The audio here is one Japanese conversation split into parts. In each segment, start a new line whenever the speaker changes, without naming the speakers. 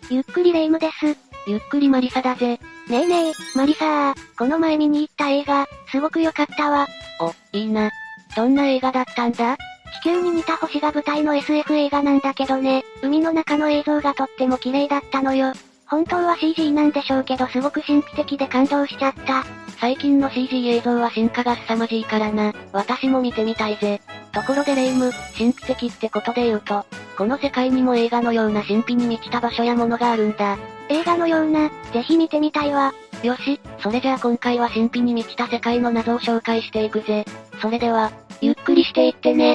ゆっくりレ夢ムです。
ゆっくりマリサだぜ。
ねえねえ、マリサこの前見に行った映画、すごく良かったわ。
お、いいな。どんな映画だったんだ？
地球に似た星が舞台の SF 映画なんだけどね、海の中の映像がとっても綺麗だったのよ。本当は CG なんでしょうけどすごく神秘的で感動しちゃった。
最近の CG 映像は進化が凄まじいからな。私も見てみたいぜ。ところでレ夢ム、神秘的ってことで言うと、この世界にも映画のような神秘に満ちた場所やものがあるんだ。
映画のような、ぜひ見てみたいわ。
よし、それじゃあ今回は神秘に満ちた世界の謎を紹介していくぜ。それでは、
ゆっくりしていってね。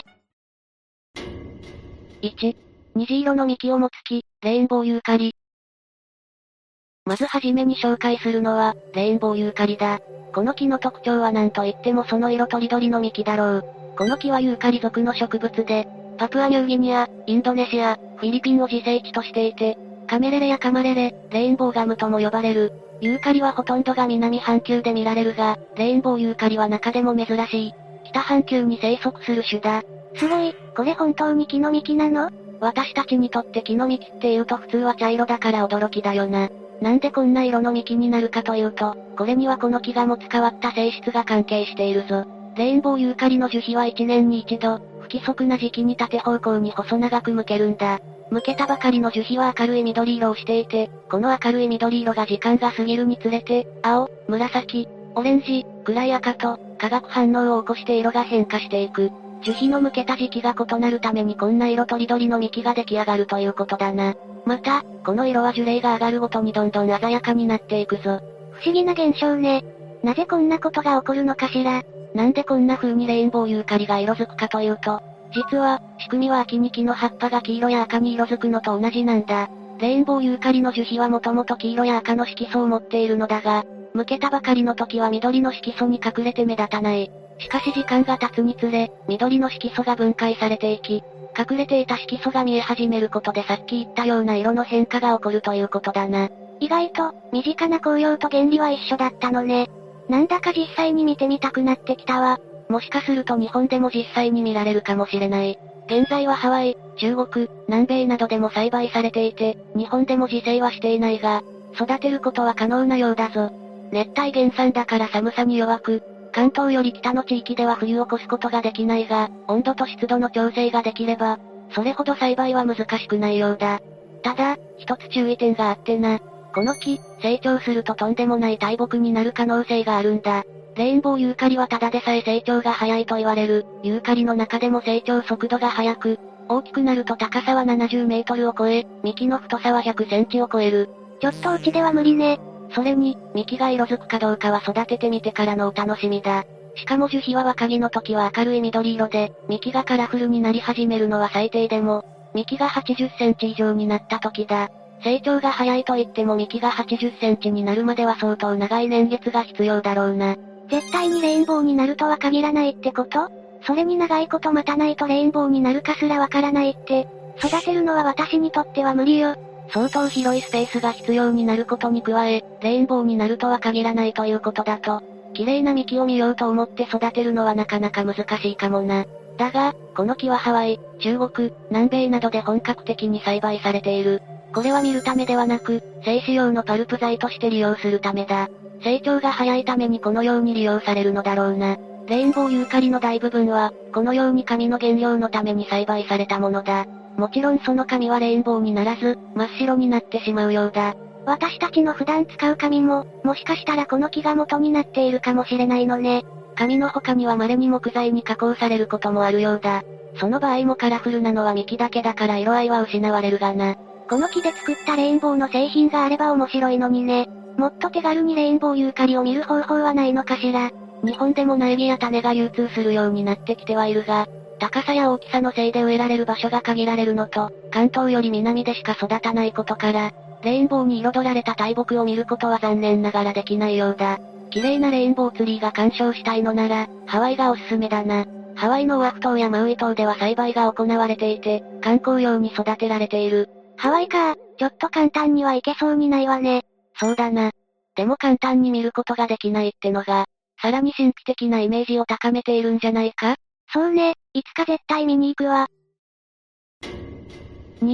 1、虹色の幹を持つ木、レインボーユーカリ。まずはじめに紹介するのは、レインボーユーカリだ。この木の特徴は何と言ってもその色とりどりの幹だろう。この木はユーカリ属の植物で、パプアニューギニア、インドネシア、フィリピンを自生地としていて、カメレレやカマレレ、レインボーガムとも呼ばれる。ユーカリはほとんどが南半球で見られるが、レインボーユーカリは中でも珍しい。北半球に生息する種だ。
すごい、これ本当に木の幹なの？
私たちにとって木の幹って言うと普通は茶色だから驚きだよな。なんでこんな色の幹になるかというと、これにはこの木が持つ変わった性質が関係しているぞ。レインボーユーカリの樹皮は1年に一度、不規則な時期に縦方向に細長く剥けるんだ。剥けたばかりの樹皮は明るい緑色をしていて、この明るい緑色が時間が過ぎるにつれて、青、紫、オレンジ、暗い赤と、化学反応を起こして色が変化していく。樹皮の剥けた時期が異なるためにこんな色とりどりの幹が出来上がるということだな。また、この色は樹齢が上がるごとにどんどん鮮やかになっていくぞ。
不思議な現象ね。なぜこんなことが起こるのかしら。
なんでこんな風にレインボーユーカリが色づくかというと、実は、仕組みは秋に木の葉っぱが黄色や赤に色づくのと同じなんだ。レインボーユーカリの樹皮はもともと黄色や赤の色素を持っているのだが、剥けたばかりの時は緑の色素に隠れて目立たない。しかし時間が経つにつれ、緑の色素が分解されていき、隠れていた色素が見え始めることでさっき言ったような色の変化が起こるということだな。
意外と、身近な紅葉と原理は一緒だったのね。なんだか実際に見てみたくなってきたわ。
もしかすると日本でも実際に見られるかもしれない。現在はハワイ、中国、南米などでも栽培されていて、日本でも自生はしていないが、育てることは可能なようだぞ。熱帯原産だから寒さに弱く、関東より北の地域では冬を越すことができないが、温度と湿度の調整ができれば、それほど栽培は難しくないようだ。ただ、一つ注意点があってな。この木、成長するととんでもない大木になる可能性があるんだ。レインボーユーカリはただでさえ成長が早いと言われる、ユーカリの中でも成長速度が速く、大きくなると高さは70メートルを超え、幹の太さは100センチを超える。
ちょっとうちでは無理ね。
それに、幹が色づくかどうかは育ててみてからのお楽しみだ。しかも樹皮は若木の時は明るい緑色で、幹がカラフルになり始めるのは最低でも、幹が80センチ以上になった時だ。成長が早いと言っても幹が80センチになるまでは相当長い年月が必要だろうな。
絶対にレインボーになるとは限らないってこと？それに長いこと待たないとレインボーになるかすらわからないって、育てるのは私にとっては無理よ。
相当広いスペースが必要になることに加え、レインボーになるとは限らないということだと、綺麗な幹を見ようと思って育てるのはなかなか難しいかもな。だが、この木はハワイ、中国、南米などで本格的に栽培されている。これは見るためではなく、製紙用のパルプ材として利用するためだ。成長が早いためにこのように利用されるのだろうな。レインボーユーカリの大部分は、このように紙の原料のために栽培されたものだ。もちろんその紙はレインボーにならず、真っ白になってしまうようだ。
私たちの普段使う紙も、もしかしたらこの木が元になっているかもしれないのね。
紙の他には稀に木材に加工されることもあるようだ。その場合もカラフルなのは幹だけだから色合いは失われるがな。
この木で作ったレインボーの製品があれば面白いのにね。もっと手軽にレインボーユーカリを見る方法はないのかしら。
日本でも苗木や種が流通するようになってきてはいるが、高さや大きさのせいで植えられる場所が限られるのと、関東より南でしか育たないことから、レインボーに彩られた大木を見ることは残念ながらできないようだ。綺麗なレインボーツリーが鑑賞したいのなら、ハワイがおすすめだな。ハワイのオアフ島やマウイ島では栽培が行われていて、観光用に育てられている。
ハワイか、ちょっと簡単には行けそうにないわね。
そうだな。でも簡単に見ることができないってのが、さらに神秘的なイメージを高めているんじゃないか？
そうね、いつか絶対見に行くわ。
2、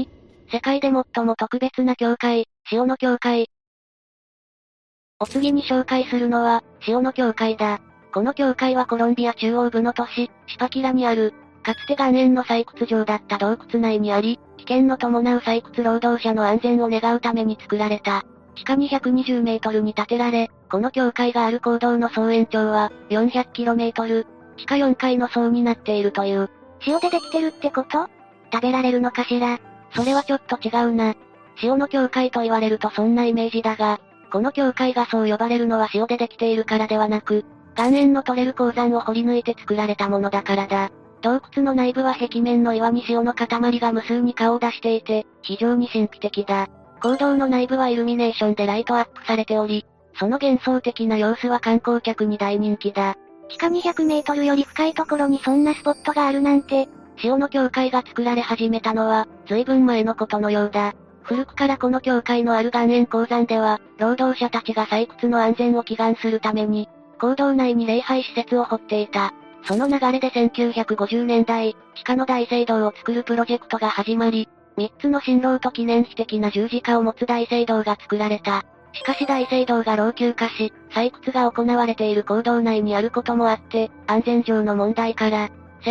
世界で最も特別な教会、塩の教会。お次に紹介するのは、塩の教会だ。この教会はコロンビア中央部の都市、シパキラにある、かつて岩塩の採掘場だった洞窟内にあり、危険の伴う採掘労働者の安全を願うために作られた。地下220メートルに建てられ、この教会がある坑道の総延長は、400km、地下4階の層になっているという。
塩でできてるってこと？食べられるのかしら？
それはちょっと違うな。塩の教会と言われるとそんなイメージだが、この教会がそう呼ばれるのは塩でできているからではなく、岩塩の取れる鉱山を掘り抜いて作られたものだからだ。洞窟の内部は壁面の岩に塩の塊が無数に顔を出していて、非常に神秘的だ。坑道の内部はイルミネーションでライトアップされており、その幻想的な様子は観光客に大人気だ。
地下200メートルより深いところにそんなスポットがあるなんて。
塩の教会が作られ始めたのは、随分前のことのようだ。古くからこの教会のある岩塩鉱山では、労働者たちが採掘の安全を祈願するために、坑道内に礼拝施設を掘っていた。その流れで1950年代、地下の大聖堂を作るプロジェクトが始まり、3つの神楼と記念碑的な十字架を持つ大聖堂が作られた。しかし大聖堂が老朽化し、採掘が行われている坑道内にあることもあって、安全上の問題から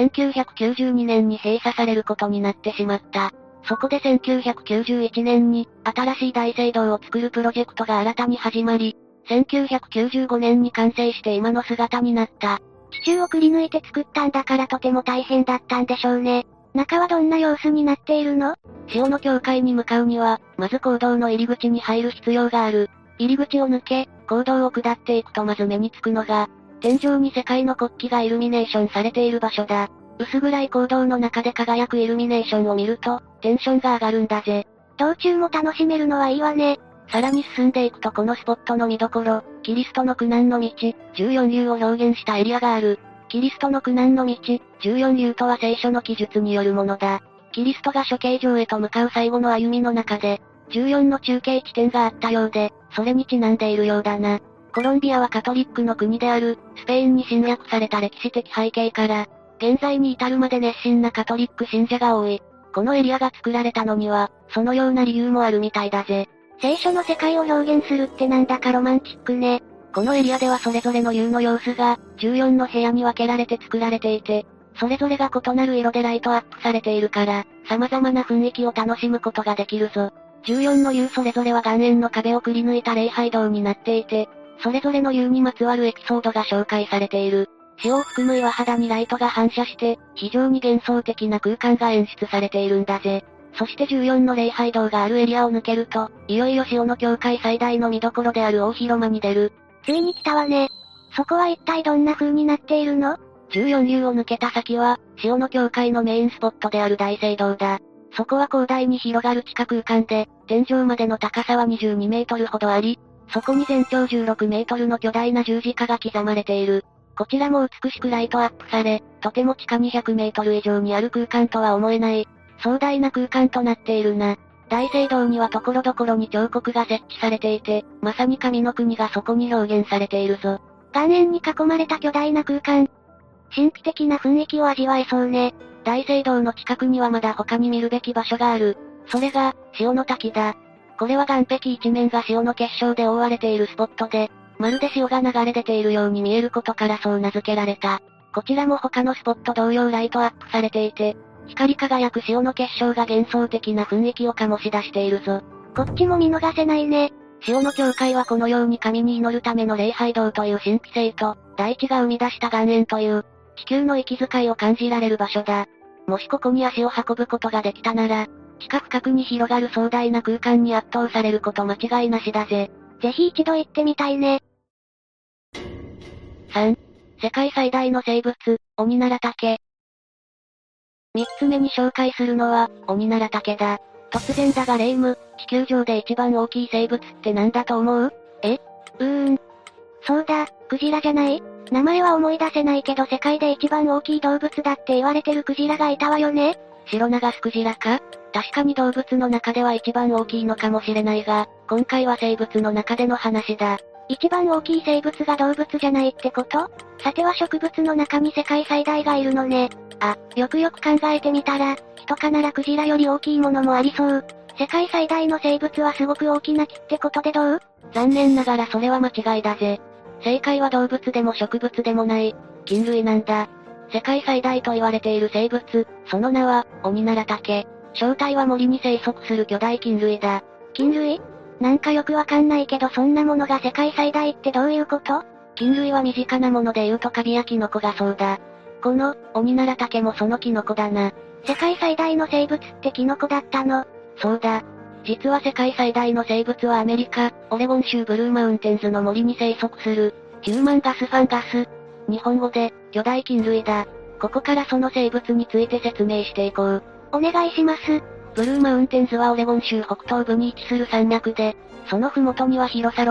、1992年に閉鎖されることになってしまった。そこで1991年に、新しい大聖堂を作るプロジェクトが新たに始まり、1995年に完成して今の姿になった。
地中をくり抜いて作ったんだからとても大変だったんでしょうね。中はどんな様子になっているの？
塩の教会に向かうには、まず坑道の入り口に入る必要がある。入り口を抜け、坑道を下っていくとまず目につくのが、天井に世界の国旗がイルミネーションされている場所だ。薄暗い坑道の中で輝くイルミネーションを見ると、テンションが上がるんだぜ。
道中も楽しめるのはいいわね。
さらに進んでいくとこのスポットの見どころ、キリストの苦難の道、14流を表現したエリアがある。キリストの苦難の道、14流とは聖書の記述によるものだ。キリストが処刑場へと向かう最後の歩みの中で、14の中継地点があったようで、それにちなんでいるようだな。コロンビアはカトリックの国である、スペインに侵略された歴史的背景から、現在に至るまで熱心なカトリック信者が多い。このエリアが作られたのには、そのような理由もあるみたいだぜ。
聖書の世界を表現するってなんだかロマンチックね。
このエリアではそれぞれの竜の様子が、14の部屋に分けられて作られていて、それぞれが異なる色でライトアップされているから、様々な雰囲気を楽しむことができるぞ。14の竜それぞれは岩塩の壁をくり抜いた礼拝堂になっていて、それぞれの竜にまつわるエピソードが紹介されている。塩を含む岩肌にライトが反射して、非常に幻想的な空間が演出されているんだぜ。そして14の礼拝堂があるエリアを抜けると、いよいよ塩の教会最大の見どころである大広間に出る。
ついに来たわね。そこは一体どんな風になっているの？
14流を抜けた先は、塩の教会のメインスポットである大聖堂だ。そこは広大に広がる地下空間で、天井までの高さは22メートルほどあり、そこに全長16メートルの巨大な十字架が刻まれている。こちらも美しくライトアップされ、とても地下200メートル以上にある空間とは思えない、壮大な空間となっているな。大聖堂には所々に彫刻が設置されていて、まさに神の国がそこに表現されているぞ。
岩塩に囲まれた巨大な空間。神秘的な雰囲気を味わえそうね。
大聖堂の近くにはまだ他に見るべき場所がある。それが、塩の滝だ。これは岩壁一面が塩の結晶で覆われているスポットで、まるで塩が流れ出ているように見えることからそう名付けられた。こちらも他のスポット同様ライトアップされていて、光り輝く塩の結晶が幻想的な雰囲気を醸し出しているぞ。
こっちも見逃せないね。
塩の教会はこのように神に祈るための礼拝堂という神秘性と、大地が生み出した岩塩という、地球の息遣いを感じられる場所だ。もしここに足を運ぶことができたなら、地下深くに広がる壮大な空間に圧倒されること間違いなしだぜ。
ぜひ一度行ってみたいね。
3. 世界最大の生物、オニナラタケ。3つ目に紹介するのは、オニナラタケだ。突然だがレイム、地球上で一番大きい生物って何だと思う？
そうだ、クジラじゃない？名前は思い出せないけど世界で一番大きい動物だって言われてるクジラがいたわよね？
シロナガスクジラか？確かに動物の中では一番大きいのかもしれないが、今回は生物の中での話だ。
一番大きい生物が動物じゃないってこと？さては植物の中に世界最大がいるのね。あ、よくよく考えてみたら、人かならクジラより大きいものもありそう。 世界最大の生物はすごく大きな木ってことでどう？
残念ながらそれは間違いだぜ。正解は動物でも植物でもない、菌類なんだ。世界最大と言われている生物、その名は、オニナラタケ。正体は森に生息する巨大菌類だ。
菌類？なんかよくわかんないけどそんなものが世界最大ってどういうこと？
菌類は身近なもので言うとカビやキノコがそうだ。この、オニナラタケもそのキノコだな。
世界最大の生物ってキノコだったの？
そうだ。実は世界最大の生物はアメリカ、オレゴン州ブルーマウンテンズの森に生息する、ヒューマンガスファンガス。日本語で、巨大菌類だ。ここからその生物について説明していこう。
お願いします。
ブルーマウンテンズはオレゴン州北東部に位置する山脈で、その麓には広さ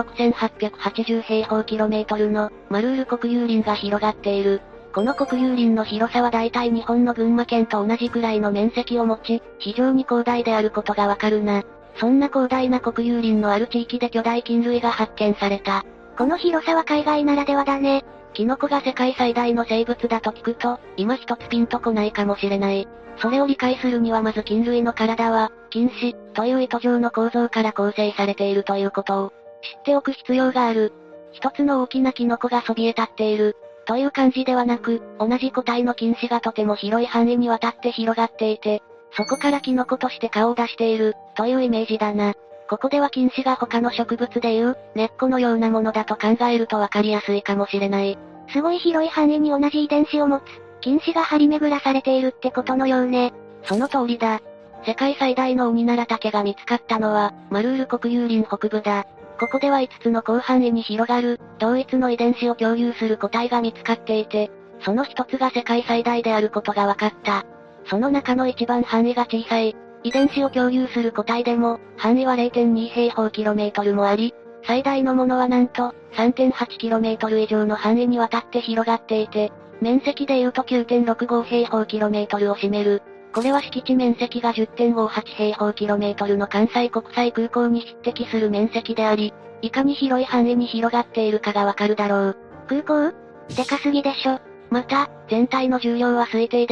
6880平方キロメートルの、マルール国有林が広がっている。この国有林の広さは大体日本の群馬県と同じくらいの面積を持ち、非常に広大であることがわかるな。そんな広大な国有林のある地域で巨大菌類が発見された。
この広さは海外ならではだね。
キノコが世界最大の生物だと聞くと、今一つピンとこないかもしれない。それを理解するにはまず菌類の体は、菌糸という糸状の構造から構成されているということを、知っておく必要がある。一つの大きなキノコがそびえ立っている、という感じではなく、同じ個体の菌糸がとても広い範囲にわたって広がっていて、そこからキノコとして顔を出している、というイメージだな。ここでは菌糸が他の植物でいう、根っこのようなものだと考えるとわかりやすいかもしれない。
すごい広い範囲に同じ遺伝子を持つ、菌糸が張り巡らされているってことのようね。
その通りだ。世界最大のオニナラタケが見つかったのは、マルール国有林北部だ。ここでは5つの広範囲に広がる、同一の遺伝子を共有する個体が見つかっていて、その一つが世界最大であることが分かった。その中の一番範囲が小さい、遺伝子を共有する個体でも、範囲は 0.2 平方キロメートルもあり、最大のものはなんと、3.8 キロメートル以上の範囲にわたって広がっていて、面積で言うと 9.65 平方キロメートルを占める。これは敷地面積が 10.58 平方キロメートルの関西国際空港に匹敵する面積であり、いかに広い範囲に広がっているかがわかるだろう。
空港？でかすぎでしょ。
また、全体の重量は推定で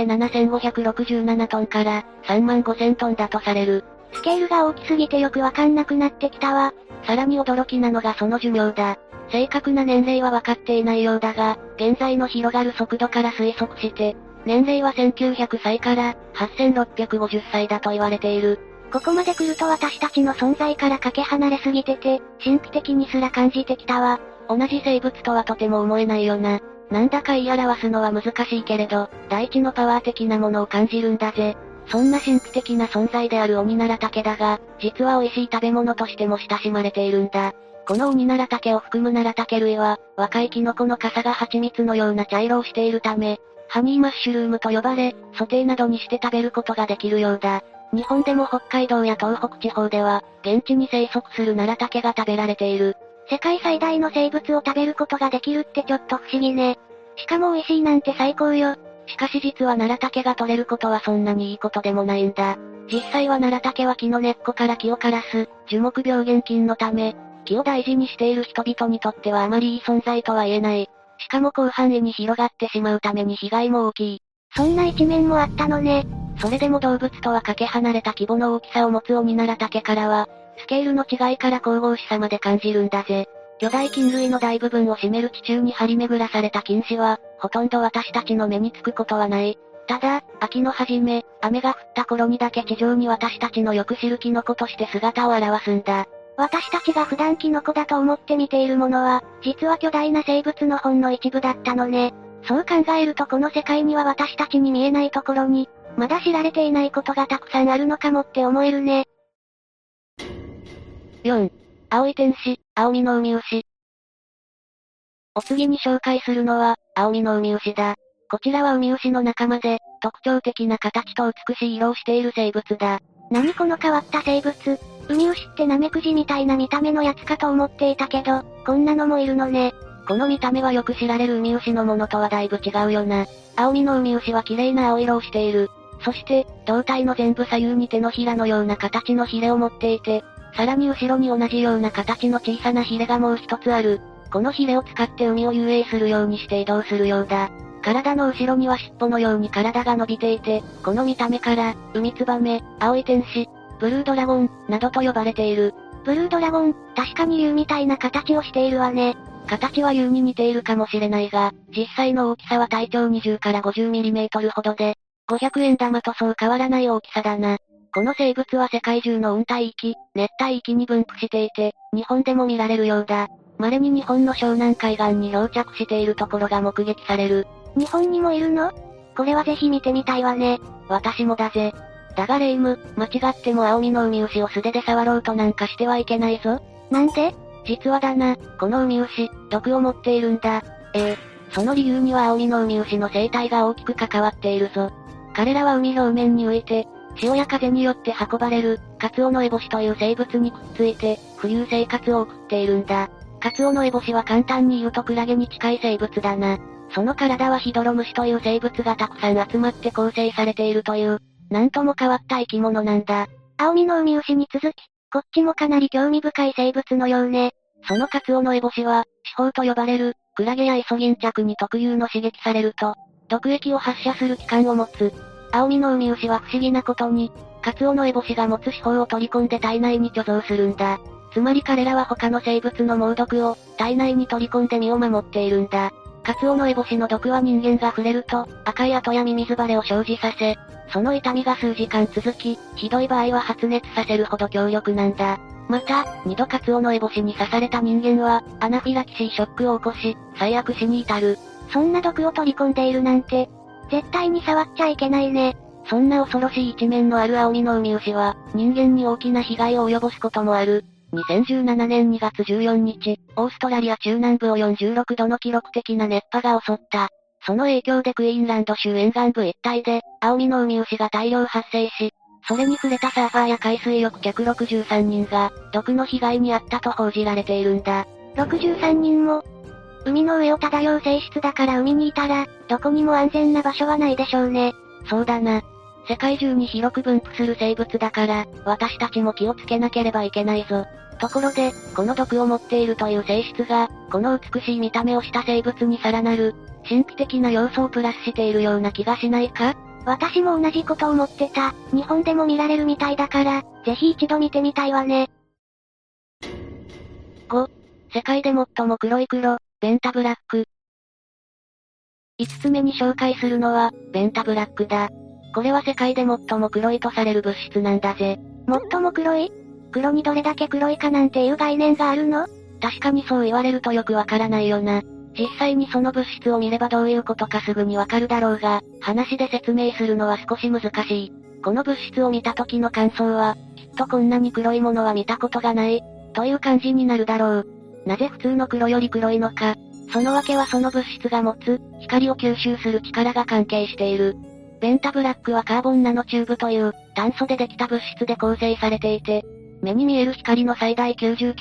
7567トンから35000トンだとされる。
スケールが大きすぎてよくわかんなくなってきたわ。
さらに驚きなのがその寿命だ。正確な年齢は分かっていないようだが、現在の広がる速度から推測して、年齢は1900歳から8650歳だと言われている。
ここまで来ると私たちの存在からかけ離れすぎてて、神秘的にすら感じてきたわ。
同じ生物とはとても思えないよな。なんだか言い表すのは難しいけれど、大地のパワー的なものを感じるんだぜ。そんな神秘的な存在であるオニナラタケだが、実は美味しい食べ物としても親しまれているんだ。このオニナラタケを含むナラタケ類は、若いキノコの傘が蜂蜜のような茶色をしているため、ハニーマッシュルームと呼ばれ、ソテーなどにして食べることができるようだ。日本でも北海道や東北地方では、現地に生息するナラタケが食べられている。
世界最大の生物を食べることができるってちょっと不思議ね。しかも美味しいなんて最高よ。
しかし実はナラタケが取れることはそんなにいいことでもないんだ。実際はナラタケは木の根っこから木を枯らす、樹木病原菌のため、木を大事にしている人々にとってはあまりいい存在とは言えない。しかも広範囲に広がってしまうために被害も大きい。
そんな一面もあったのね。
それでも動物とはかけ離れた規模の大きさを持つオニナラタケからは、スケールの違いから神々しさまで感じるんだぜ。巨大菌類の大部分を占める地中に張り巡らされた菌糸は、ほとんど私たちの目につくことはない。ただ、秋の初め、雨が降った頃にだけ地上に私たちのよく知るキノコとして姿を現すんだ。
私たちが普段キノコだと思って見ているものは、実は巨大な生物のほんの一部だったのね。そう考えるとこの世界には私たちに見えないところに、まだ知られていないことがたくさんあるのかもって思えるね。
4. 青い天使、青ミノウミウシ。お次に紹介するのは、青ミノウミウシだ。こちらはウミウシの仲間で、特徴的な形と美しい色をしている生物だ。
何この変わった生物。ウミウシってナメクジみたいな見た目のやつかと思っていたけど、こんなのもいるのね。
この見た目はよく知られるウミウシのものとはだいぶ違うよな。青ミノウミウシは綺麗な青色をしている。そして、胴体の全部左右に手のひらのような形のヒレを持っていて、さらに後ろに同じような形の小さなヒレがもう一つある。このヒレを使って海を遊泳するようにして移動するようだ。体の後ろには尻尾のように体が伸びていて、この見た目から、ウミツバメ、青い天使、 ブルードラゴン、などと呼ばれている。
ブルードラゴン、確かに竜みたいな形をしているわね。
形は竜に似ているかもしれないが、実際の大きさは体長20から 50mm ほどで、500円玉とそう変わらない大きさだな。この生物は世界中の温帯域、熱帯域に分布していて、日本でも見られるようだ。稀に日本の湘南海岸に漂着しているところが目撃される。
日本にもいるの？これはぜひ見てみたいわね。
私もだぜ。だがレイム、間違っても青みのウミウシを素手で触ろうとなんかしてはいけないぞ。
なんで？
実はだな、このウミウシ、毒を持っているんだ。その理由には青みのウミウシの生態が大きく関わっているぞ。彼らは海表面に浮いて、潮や風によって運ばれる、カツオノエボシという生物にくっついて、浮遊生活を送っているんだ。カツオノエボシは簡単に言うとクラゲに近い生物だな。その体はヒドロムシという生物がたくさん集まって構成されているという、なんとも変わった生き物なんだ。
青みのウミウシに続き、こっちもかなり興味深い生物のようね。
そのカツオノエボシは、刺胞と呼ばれる、クラゲやイソギンチャクに特有の刺激されると、毒液を発射する器官を持つ。青みのウミウシは不思議なことに、カツオノエボシが持つ刺胞を取り込んで体内に貯蔵するんだ。つまり彼らは他の生物の猛毒を体内に取り込んで身を守っているんだ。カツオノエボシの毒は人間が触れると、赤い跡やミミズバレを生じさせ、その痛みが数時間続き、ひどい場合は発熱させるほど強力なんだ。また、2度カツオノエボシに刺された人間は、アナフィラキシーショックを起こし、最悪死に至る。
そんな毒を取り込んでいるなんて、絶対に触っちゃいけないね。
そんな恐ろしい一面のある青みのウミウシは、人間に大きな被害を及ぼすこともある。2017年2月14日、オーストラリア中南部を46度の記録的な熱波が襲った。その影響でクイーンランド州沿岸部一帯で、青みのウミウシが大量発生し、それに触れたサーファーや海水浴客63人が、毒の被害に遭ったと報じられているんだ。
63人も、海の上を漂う性質だから海にいたら、どこにも安全な場所はないでしょうね。
そうだな。世界中に広く分布する生物だから、私たちも気をつけなければいけないぞ。ところで、この毒を持っているという性質が、この美しい見た目をした生物にさらなる、神秘的な要素をプラスしているような気がしないか？
私も同じこと思ってた。日本でも見られるみたいだから、ぜひ一度見てみたいわね。
5、世界で最も黒い黒、ベンタブラック。5つ目に紹介するのは、ベンタブラックだ。これは世界で最も黒いとされる物質なんだぜ。
最も黒い？黒にどれだけ黒いかなんていう概念があるの？
確かにそう言われるとよくわからないよな。実際にその物質を見ればどういうことかすぐにわかるだろうが、話で説明するのは少し難しい。この物質を見た時の感想は、きっとこんなに黒いものは見たことがない、という感じになるだろう。なぜ普通の黒より黒いのか。その訳はその物質が持つ、光を吸収する力が関係している。ベンタブラックはカーボンナノチューブという、炭素でできた物質で構成されていて、目に見える光の最大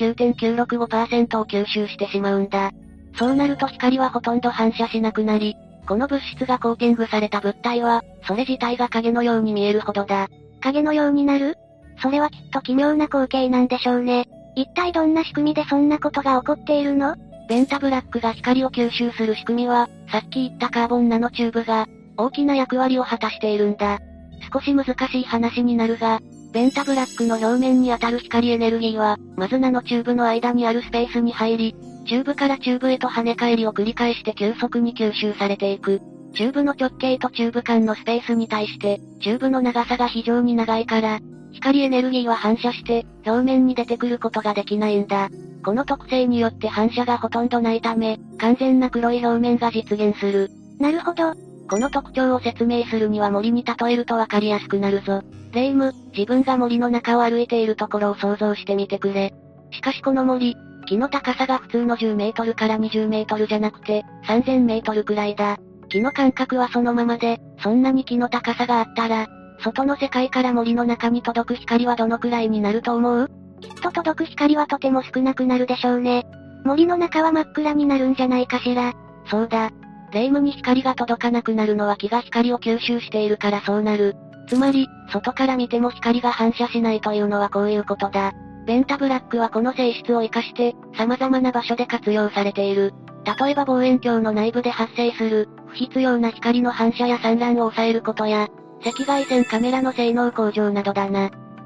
99.965% を吸収してしまうんだ。そうなると光はほとんど反射しなくなり、この物質がコーティングされた物体は、それ自体が影のように見えるほどだ。
影のようになる？それはきっと奇妙な光景なんでしょうね。一体どんな仕組みでそんなことが起こっているの？
ベンタブラックが光を吸収する仕組みは、さっき言ったカーボンナノチューブが、大きな役割を果たしているんだ。少し難しい話になるが、ベンタブラックの表面に当たる光エネルギーは、まずナノチューブの間にあるスペースに入り、チューブからチューブへと跳ね返りを繰り返して急速に吸収されていく。チューブの直径とチューブ間のスペースに対して、チューブの長さが非常に長いから、光エネルギーは反射して、表面に出てくることができないんだ。この特性によって反射がほとんどないため、完全な黒い表面が実現する。
なるほど。
この特徴を説明するには森に例えるとわかりやすくなるぞ。レイム、自分が森の中を歩いているところを想像してみてくれ。しかしこの森、木の高さが普通の10メートルから20メートルじゃなくて、3000メートルくらいだ。木の間隔はそのままで、そんなに木の高さがあったら、外の世界から森の中に届く光はどのくらいになると思う？
きっと届く光はとても少なくなるでしょうね。森の中は真っ暗になるんじゃないかしら。
そうだ。レイムに光が届かなくなるのは木が光を吸収しているからそうなる。つまり、外から見ても光が反射しないというのはこういうことだ。ベンタブラックはこの性質を活かして、様々な場所で活用されている。例えば望遠鏡の内部で発生する、不必要な光の反射や散乱を抑えることや、赤外線カメラの性能向上などだな。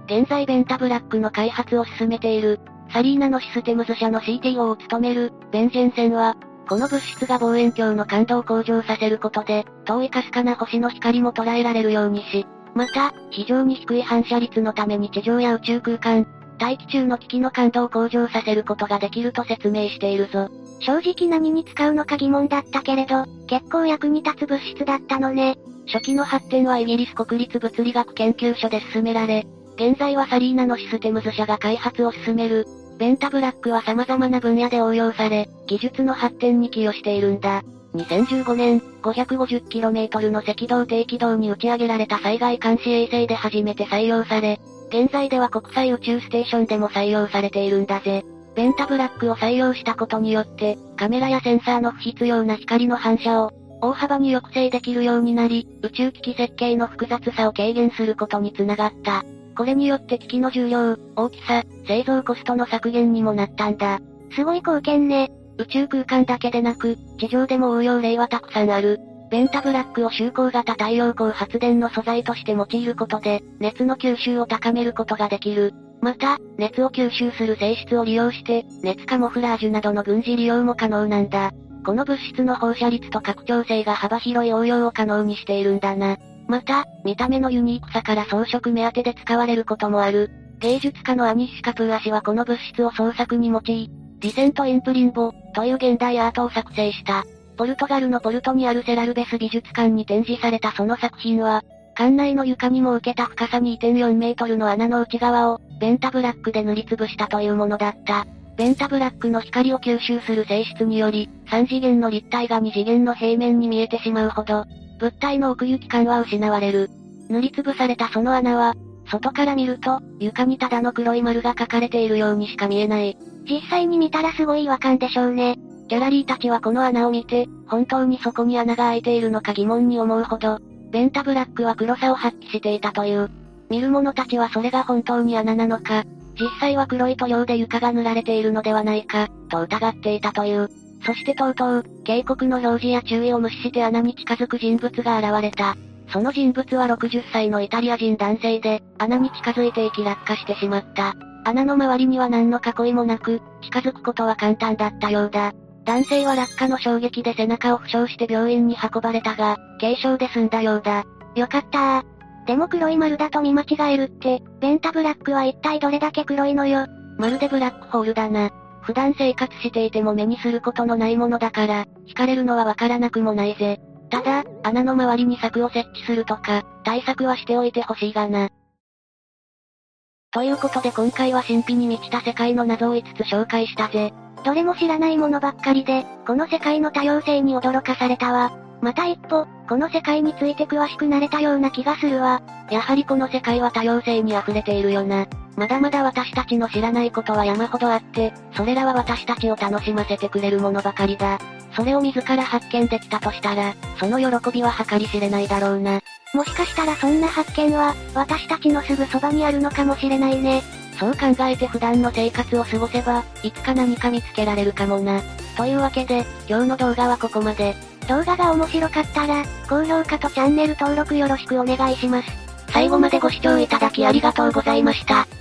現在ベンタブラックの開発を進めている、サリーナノシステムズ社の CTO を務める、ベン・ジェンセンは、この物質が望遠鏡の感度を向上させることで、遠いかすかな星の光も捉えられるようにし、また、非常に低い反射率のために地上や宇宙空間、大気中の機器の感度を向上させることができると説明しているぞ。
正直何に使うのか疑問だったけれど、結構役に立つ物質だったのね。
初期の発展はイギリス国立物理学研究所で進められ、現在はサリーナノシステムズ社が開発を進める、ベンタブラックは様々な分野で応用され、技術の発展に寄与しているんだ。2015年、550km の赤道低軌道に打ち上げられた災害監視衛星で初めて採用され、現在では国際宇宙ステーションでも採用されているんだぜ。ベンタブラックを採用したことによって、カメラやセンサーの不必要な光の反射を、大幅に抑制できるようになり、宇宙機器設計の複雑さを軽減することにつながった。これによって機器の重量、大きさ、製造コストの削減にもなったんだ。
すごい貢献ね。
宇宙空間だけでなく、地上でも応用例はたくさんある。ベンタブラックを集光型太陽光発電の素材として用いることで、熱の吸収を高めることができる。また、熱を吸収する性質を利用して、熱カモフラージュなどの軍事利用も可能なんだ。この物質の放射率と拡張性が幅広い応用を可能にしているんだな。また、見た目のユニークさから装飾目当てで使われることもある。芸術家のアニシカプーア氏はこの物質を創作に用い、ディセント・イン・プリンボという現代アートを作成した。ポルトガルのポルトにあるセラルベス美術館に展示されたその作品は、館内の床にも受けた深さ 2.4 メートルの穴の内側を、ベンタブラックで塗りつぶしたというものだった。ベンタブラックの光を吸収する性質により、3次元の立体が2次元の平面に見えてしまうほど、物体の奥行き感は失われる。塗りつぶされたその穴は、外から見ると、床にただの黒い丸が描かれているようにしか見えない。
実際に見たらすごい違和感でしょうね。
ギャラリーたちはこの穴を見て、本当にそこに穴が開いているのか疑問に思うほど、ベンタブラックは黒さを発揮していたという。見る者たちはそれが本当に穴なのか、実際は黒い塗料で床が塗られているのではないか、と疑っていたという。そしてとうとう、警告の表示や注意を無視して穴に近づく人物が現れた。その人物は60歳のイタリア人男性で、穴に近づいていき落下してしまった。穴の周りには何の囲いもなく、近づくことは簡単だったようだ。男性は落下の衝撃で背中を負傷して病院に運ばれたが、軽傷で済んだようだ。
よかったー。でも黒い丸だと見間違えるって、ベンタブラックは一体どれだけ黒いのよ。
まるでブラックホールだな。普段生活していても目にすることのないものだから、惹かれるのはわからなくもないぜ。ただ、穴の周りに柵を設置するとか、対策はしておいてほしいがな。ということで今回は神秘に満ちた世界の謎を5つ紹介したぜ。
どれも知らないものばっかりで、この世界の多様性に驚かされたわ。また一歩、この世界について詳しくなれたような気がするわ。
やはりこの世界は多様性に溢れているよな。まだまだ私たちの知らないことは山ほどあって、それらは私たちを楽しませてくれるものばかりだ。それを自ら発見できたとしたら、その喜びは計り知れないだろうな。
もしかしたらそんな発見は、私たちのすぐそばにあるのかもしれないね。
そう考えて普段の生活を過ごせば、いつか何か見つけられるかもな。というわけで、今日の動画はここまで。
動画が面白かったら、高評価とチャンネル登録よろしくお願いします。
最後までご視聴いただきありがとうございました。